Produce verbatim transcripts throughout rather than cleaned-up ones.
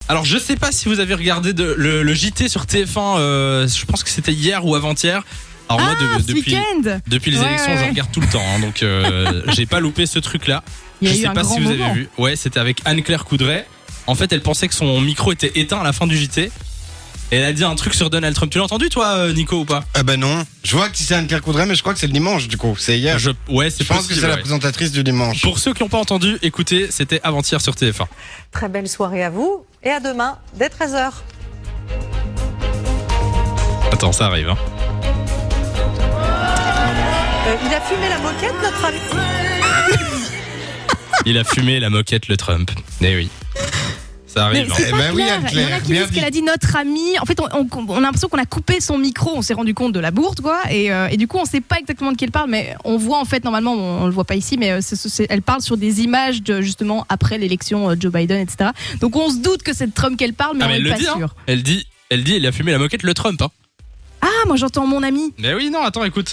Alors je sais pas si vous avez regardé de, le, le J T sur T F un, euh, je pense que c'était hier ou avant-hier. Alors ah, moi de, ce depuis, week-end depuis les ouais, élections ouais. je regarde tout le temps, hein, donc euh, j'ai pas loupé ce truc-là. Il y a je eu sais un pas grand si vous moment. avez vu. Ouais, c'était avec Anne-Claire Coudray. En fait, elle pensait que son micro était éteint à la fin du J T. Et elle a dit un truc sur Donald Trump. Tu l'as entendu toi, Nico, ou pas? Ah bah non. Je vois que c'est Anne-Claire Coudray, mais je crois que c'est le dimanche du coup. C'est hier. Je, ouais, c'est Je pense possible, que c'est la ouais. présentatrice du dimanche. Pour ceux qui n'ont pas entendu, écoutez, c'était avant-hier sur T F un. Très belle soirée à vous et à demain dès treize heures. Attends, ça arrive. Hein. Euh, il a fumé la moquette, notre ami. Il a fumé la moquette, le Trump. Eh oui. Ça arrive. Mais Hein. c'est Eh pas ben oui, clair. Anne-Claire, Il y en a qui bien disent qu'elle dit. a dit notre ami. En fait, on, on, on a l'impression qu'on a coupé son micro. On s'est rendu compte de la bourde, quoi. Et, euh, et du coup, on sait pas exactement de qui elle parle, mais on voit en fait normalement, on, on le voit pas ici, mais c'est, c'est, elle parle sur des images de justement après l'élection euh, Joe Biden, et cetera. Donc on se doute que c'est de Trump qu'elle parle, mais Ah, on mais elle n'est le pas dit. Hein. sûr. Elle dit, elle dit, il a fumé la moquette, le Trump. Hein. Ah, moi j'entends mon ami. Mais oui, non, attends, écoute.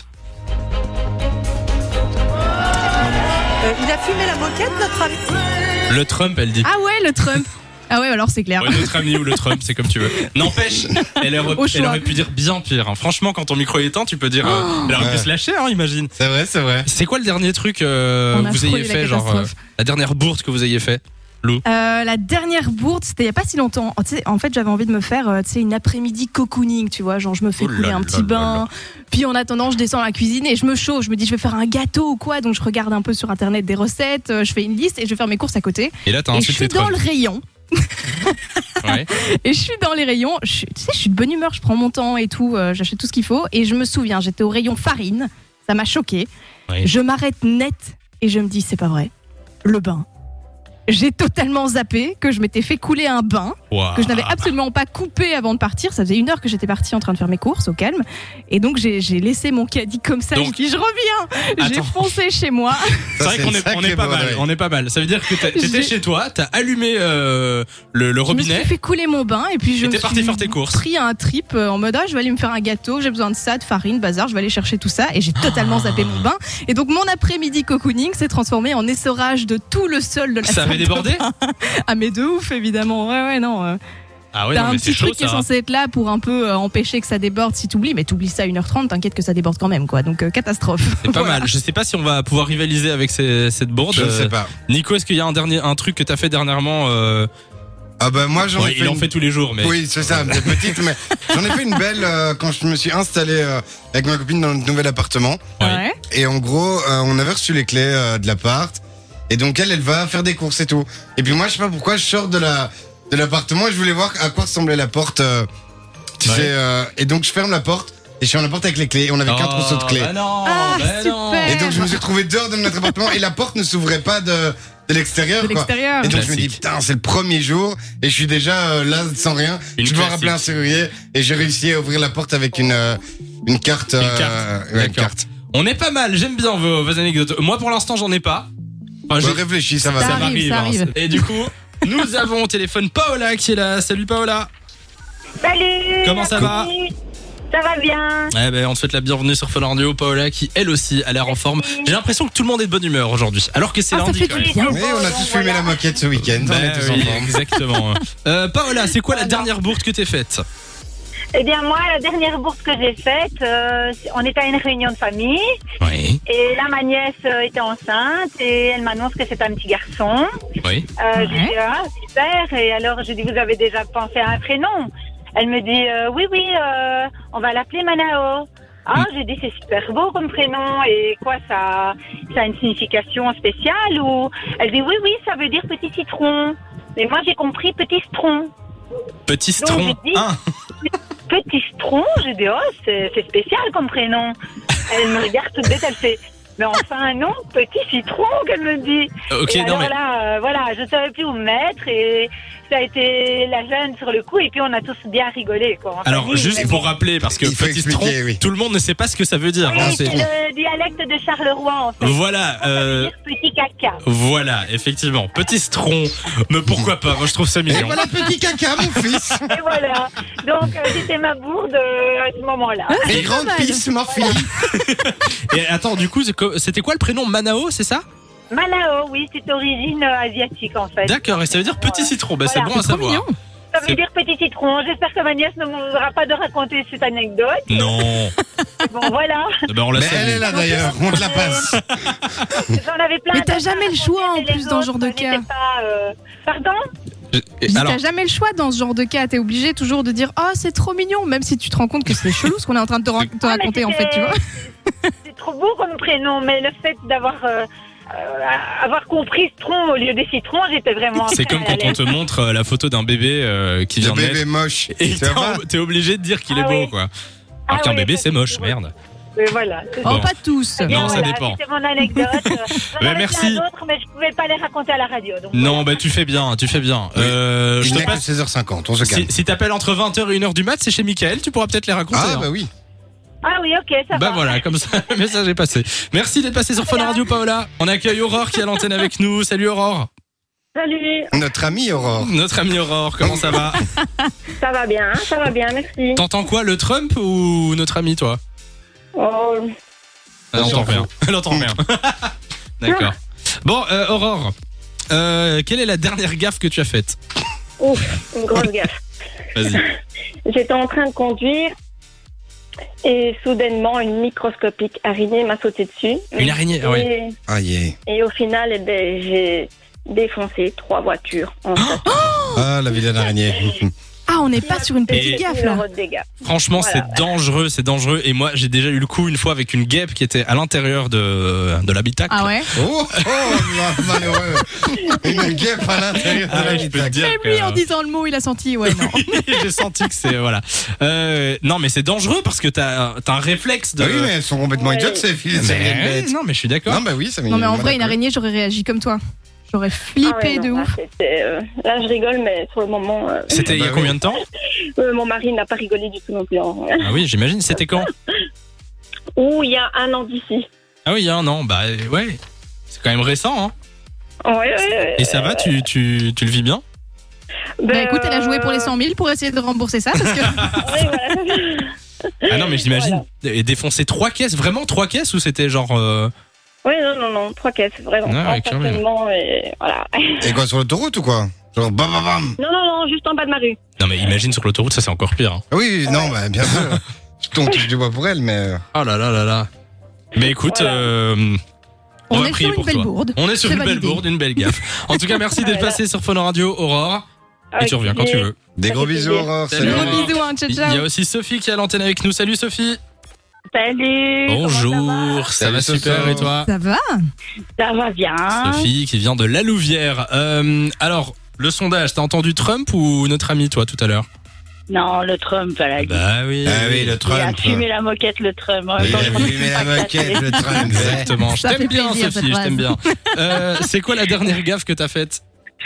Euh, il a fumé la moquette, notre ami. Le Trump, elle dit. Ah ouais, le Trump. Ah ouais, alors c'est clair. Ouais, notre ami ou le Trump, c'est comme tu veux. N'empêche, elle aurait, Au choix. elle aurait pu dire bien pire. Hein. Franchement, quand ton micro est éteint, tu peux dire. Euh, elle aurait pu Ouais. se lâcher, hein, imagine. C'est vrai, c'est vrai. C'est quoi le dernier truc euh, On que a vous ayez frôlé la fait, genre euh, catastrophe. la dernière bourde que vous ayez fait, Lou? Euh, la dernière bourde, c'était il y a pas si longtemps. Oh, tu sais, en fait, j'avais envie de me faire, euh, tu sais, une après-midi cocooning, tu vois, genre je me fais Oh là couler un là petit là bain, là. puis en attendant, je descends à la cuisine et je me chauffe. Je me dis, je vais faire un gâteau ou quoi, donc je regarde un peu sur internet des recettes, euh, je fais une liste et je vais faire mes courses à côté. Et là, t'as Et je insulté suis dans Trump. le rayon. Ouais. Et je suis dans les rayons. Je suis, tu sais, je suis de bonne humeur, je prends mon temps et tout, euh, j'achète tout ce qu'il faut. Et je me souviens, j'étais au rayon farine, ça m'a choqué. Oui. Je m'arrête net et je me dis, c'est pas vrai, le bain. J'ai totalement zappé que je m'étais fait couler un bain, Wow. que je n'avais absolument pas coupé avant de partir. Ça faisait une heure que j'étais partie en train de faire mes courses au calme. Et donc j'ai, j'ai laissé mon caddie comme ça. Donc- Je dis, je reviens. J'ai Attends. foncé chez moi. C'est vrai Ça, qu'on une est, on sacrée est pas mal. bordée. On est pas mal. Ça veut dire que t'as- t'étais J'ai- chez toi, t'as allumé euh, le, le Je me robinet. suis fait couler mon bain et puis je Et me t'es suis parti faire tes courses. pris un trip euh, en mode ah, je vais aller me faire un gâteau, j'ai besoin de ça, de farine, bazar, je vais aller chercher tout ça et j'ai totalement zappé mon bain. Et donc mon après-midi cocooning s'est transformé en essorage de tout le sol de la Ça salle avait de débordé? bain. Ah mais de ouf évidemment. Ouais ouais non. euh, Ah ouais, T'as non, un mais petit c'est chaud truc qui est ça. censé être là pour un peu euh, empêcher que ça déborde si t'oublies, mais t'oublies ça à une heure trente, t'inquiète que ça déborde quand même quoi. Donc euh, catastrophe. C'est pas Voilà. mal. Je sais pas si on va pouvoir rivaliser avec ces- cette bourde. Je ne Euh, sais pas. Nico, est-ce qu'il y a un dernier, un truc que t'as fait dernièrement euh... Ah bah moi j'en ouais, ai fait il en une- fait tous les jours, mais. Oui, c'est ça, des petites, mais j'en ai fait une belle euh, quand je me suis installé euh, avec ma copine dans notre nouvel appartement. Ouais. Ouais. Et en gros, euh, on avait reçu les clés euh, de l'appart. Et donc elle, elle va faire des courses et tout. Et puis moi, je sais pas pourquoi, je sors de la de l'appartement et je voulais voir à quoi ressemblait la porte. euh, tu Ouais. sais. euh, et donc je ferme la porte et je ferme la porte avec les clés. Et on avait qu'un Oh, trousseau de clés. Bah non, Ah, bah non. super. Et donc je me suis retrouvé dehors de notre appartement et la porte ne s'ouvrait pas de de l'extérieur. De quoi. l'extérieur. Et donc je me dis Classique. putain, c'est le premier jour et je suis déjà euh, là sans rien. Une je dois classique. rappeler un serrurier et j'ai réussi à ouvrir la porte avec une euh, une carte. Une euh, carte. ouais, une D'accord. carte. On est pas mal. J'aime bien vos, vos anecdotes. Moi, pour l'instant, j'en ai pas. Enfin, Ouais, j'ai- réfléchis, ça va. Ça ça arrive, m'arrive. ça hein. arrive. Et du coup, nous avons au téléphone Paola qui est là. Salut Paola. Salut. Comment ça va? Ça va bien. Eh ben, on te souhaite la bienvenue sur Fun Radio. Paola qui, elle aussi, a l'air en forme. J'ai l'impression que tout le monde est de bonne humeur aujourd'hui. Alors que c'est Ah, ça lundi fait quand du même. bien. Oui, on a tous fumé la moquette ce week-end. Bah on est tous oui, en forme. exactement. Euh, Paola, c'est quoi la Voilà. dernière bourde que t'es faite? Eh bien, moi, la dernière bourse que j'ai faite, euh, on était à une réunion de famille Oui, et là, ma nièce euh, était enceinte et elle m'annonce que c'est un petit garçon. oui. Euh, Ouais. J'ai dit, ah, super. Et alors, je dis, vous avez déjà pensé à un prénom? Elle me dit, euh, oui, oui, euh, on va l'appeler Manao. Ah, j'ai dit, c'est super beau comme prénom. Et quoi, ça, ça a une signification spéciale ou... Elle dit, oui, oui, ça veut dire petit citron. Mais moi, j'ai compris petit citron. Petit citron. Donc, j'ai dit- un. Petit citron, j'ai dit, oh, c'est c'est spécial comme prénom. Elle me regarde toute bête, elle fait, mais enfin non, petit citron, qu'elle me dit. Ok, et non alors mais. là, euh, voilà, je savais plus où me mettre et ça a été la gêne sur le coup et puis on a tous bien rigolé, quoi. en Alors, famille, juste mais pour bon. rappeler, parce que Il faut petit expliquer, citron, oui. tout le monde ne sait pas ce que ça veut dire. Oui, hein, c'est c'est- le dialecte de Charleroi, en fait. Voilà, Ça veut euh, dire petit caca. voilà, effectivement. Petit citron, mais pourquoi pas? Moi, je trouve ça Et mignon. voilà, petit caca, mon fils. Et voilà. Donc, euh, c'était ma bourde euh, à ce moment-là. Et grande mal. pisse, ma fille. Et attends, du coup, c'est co- c'était quoi le prénom? Manao, c'est ça? Malao, oui, c'est d'origine euh, asiatique, en fait. D'accord, et ça veut dire petit citron. Bah, c'est Voilà. bon à Trop savoir. mignon. Ça veut dire petit citron. J'espère que ma nièce ne m'aura pas de raconter cette anecdote. Non. Bon, voilà. Ben on la Mais elle est là d'ailleurs, on te la passe. J'en avais plein. Mais t'as jamais le choix en plus dans ce genre de cas. Pas, euh... Pardon? Je- Je dis, Alors, T'as jamais le choix dans ce genre de cas. T'es obligé toujours de dire oh c'est trop mignon, même si tu te rends compte que c'est chelou ce qu'on est en train de te, ra- te Ah, mais raconter en fait, tu vois. C'est trop beau comme prénom, mais le fait d'avoir euh, euh, avoir compris citron au lieu des citrons, j'étais vraiment. c'est très comme à quand on l'aise. te montre euh, la photo d'un bébé euh, qui Le vient de bébé naître moche. et Tu vas pas t'es t'es obligé de dire qu'il est Ah beau, oui. quoi. Alors Ah qu'un oui, bébé ça, c'est c'est moche, vrai. merde. Mais voilà. c'est Oh Bon. pas tous. Bien, Non, ça voilà, dépend. C'était mon anecdote. J'en Ben, avais merci. plein d'autres, mais je pouvais pas les raconter à la radio. Donc Non, voilà. bah tu fais bien, tu fais bien. Oui. Euh, je Il te n'est que passe. seize heures cinquante, on se calme. Si, si t'appelles entre vingt heures et une heure du mat, c'est chez Mickaël, tu pourras peut-être les raconter. Ah hein. bah oui. Ah oui, ok, ça Bah va. voilà, comme ça, le message est passé. Merci d'être passé sur Fun Radio, Paola. On accueille Aurore qui est à l'antenne avec nous. Salut Aurore. Salut, Notre amie Aurore. Notre amie Aurore, comment ça va? ça va bien, ça va bien, merci. T'entends quoi, le Trump ou notre amie, toi? Oh, Elle entend rien. Elle entend rien. D'accord. Bon, euh, Aurore, euh, quelle est la dernière gaffe que tu as faite? ouf, une grosse gaffe. Vas-y. J'étais en train de conduire et soudainement une microscopique araignée m'a sauté dessus. Une araignée, ah ouais. Et, Ah yeah. et au final, eh ben, j'ai défoncé trois voitures en stationnement. Ah la vilaine araignée. Ah on n'est pas sur une petite Et- gaffe là. Euros de dégâts. Franchement, Voilà. c'est dangereux, c'est dangereux. Et moi, j'ai déjà eu le coup une fois avec une guêpe qui était à l'intérieur de, de l'habitacle. Ah ouais. Oh, oh là, malheureux. Une guêpe à l'intérieur de Ah la ouais, je peux te dire Même que- lui en disant le mot il a senti ouais non. J'ai senti que c'est voilà. Euh, non, mais c'est dangereux parce que t'as as un réflexe de. Ah oui, mais elles sont complètement Ouais. idiotes ces filles. ces Mais- vieilles bêtes. non, mais je suis d'accord. Non bah oui, ça Non mais en vrai une araignée j'aurais réagi comme toi. J'aurais flippé Ah ouais, de non, là, ouf. c'était, euh, là, je rigole, mais sur le moment, euh, C'était il y a Bah combien oui. de temps? euh, mon mari n'a pas rigolé du tout non plus. hein. Ah oui, j'imagine. C'était quand? Ou il y a un an d'ici. Ah oui, il y a un an. Bah ouais. C'est quand même récent, hein. Ouais, ouais, ouais. Et ça va, tu, tu, tu le vis bien? Bah Ben, écoute elle a joué pour les euh, cent mille pour essayer de rembourser ça parce que ouais, voilà. Ah non, mais j'imagine. Et défoncer trois caisses, vraiment trois caisses ou c'était genre. euh, Oui, non, non, non, trois caisses, vraiment. Ah ouais, En quand même. stationnement et voilà. Et quoi, sur l'autoroute ou quoi? Genre bam bam bam. Non, non, non, juste en bas de ma rue. Non, mais imagine sur l'autoroute, ça c'est encore pire. hein. Ah oui, non, bah bien sûr. Je tombe touche du bois pour elle, mais. Oh là là là là. Mais écoute, Voilà. euh, on, on va est prier sur une pour belle toi. bourde. On est sur C'est une belle validé. bourde, une belle gaffe. En tout cas, merci d'être Voilà. passé sur Fun Radio, Aurore. Et tu reviens quand tu veux. Des Ça gros fait bisous, plaisir. Aurore. Salut, Salut. Gros Aurore. bisous hein, ciao Il y a ciao. aussi Sophie qui est à l'antenne avec nous. Salut Sophie. Salut. Bonjour, ça va Salut, super Soso. et toi? Ça va. Ça va bien. Sophie qui vient de La Louvière. Euh, alors, le sondage, t'as entendu Trump ou notre ami toi tout à l'heure? Non, le Trump, à la gueule. Bah oui. Ah oui, le Il a Trump. fumé la moquette, le Trump. En même Il temps, a je pense fumé qu'il la faut pas moquette, casser. le Trump. Exactement. Je Ça t'aime fait bien, plaisir, Sophie, cette je t'aime bien. Euh, c'est quoi la dernière gaffe que t'as faite?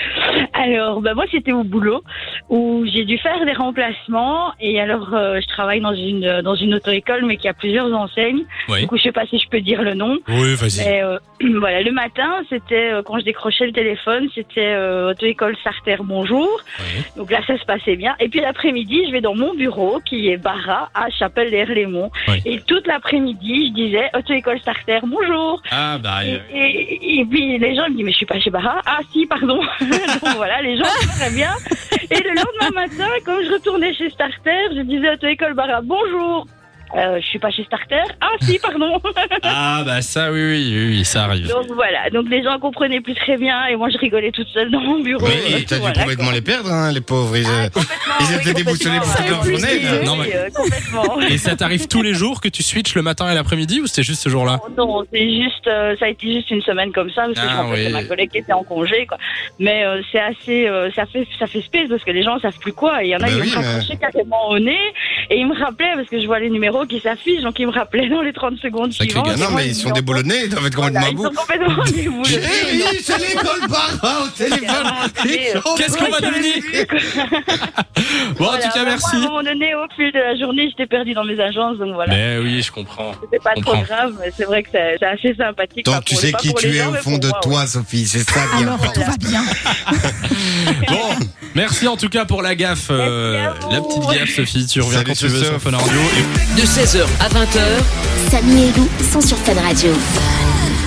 Alors, bah moi, c'était au boulot où j'ai dû faire des remplacements. Et alors, euh, je travaille dans une dans une auto-école, mais qui a plusieurs enseignes. Oui. Du coup, je sais pas si je peux dire le nom. Oui, vas-y. Mais euh, voilà, le matin, c'était euh, quand je décrochais le téléphone, c'était euh, auto-école Sarter, bonjour. Oui. Donc là, ça se passait bien. Et puis l'après-midi, je vais dans mon bureau, qui est Barra, à Chapelle-les-Lémont. Oui. Et toute l'après-midi, je disais auto-école Starter, bonjour. Ah bah. Et, euh, et, et puis les gens me disent, mais je suis pas chez Barra. Ah si, pardon. Donc voilà, les gens très bien. Et le lendemain matin, quand je retournais chez Starter, je disais auto-école Barra, bonjour. Euh, je suis pas chez Starter. Ah si, pardon. Ah bah ça, oui, oui, oui, oui, ça arrive. Donc voilà, donc les gens comprenaient plus très bien et moi je rigolais toute seule dans mon bureau. Oui, Euh, t'as dû voilà, complètement quoi. les perdre, hein, les pauvres. Ils, euh, Complètement, Ils oui, étaient déboussolés pour complètement. toute leur journée, là. Oui, Non, mais- euh, complètement. Et ça t'arrive tous les jours que tu switches le matin et l'après-midi ou c'était juste ce jour-là? Non, c'est juste, euh, ça a été juste une semaine comme ça parce que Ah, je remplaçais oui. ma collègue qui était en congé, quoi. Mais euh, c'est assez, euh, ça fait, ça fait space parce que les gens savent plus quoi. Et il y en a Bah qui oui, me mais- raccrochaient carrément au nez et ils me rappelaient parce que je vois les numéros qui s'affichent, donc ils me rappelaient dans les trente secondes Sacré suivantes. gars. Et Non, moi, mais je ils dis, sont non, déboulonnés, ils doivent être complètement voilà, à ils bout. sont complètement déboulonnés. Chérie, c'est l'école Barra au téléphone. Qu'est-ce qu'on va devenir? Bon, en tout cas, merci. À un moment donné, au fil de la journée, j'étais perdue dans mes agences, donc voilà. Mais oui, je comprends. C'était pas je trop comprends. grave, mais c'est vrai que c'est c'est assez sympathique. Pas Donc tu pour- sais pas qui pour tu les es gens, au mais fond pour de moi, toi, Sophie, c'est ça qui est Alors tout important. va bien. Bon, merci en tout cas pour la gaffe, euh, Merci à vous. la petite gaffe, Sophie. Tu reviens Salut, quand tu veux Soso. sur Fun Radio. Et De seize heures à vingt heures, Samy et Lou sont sur Fun Radio.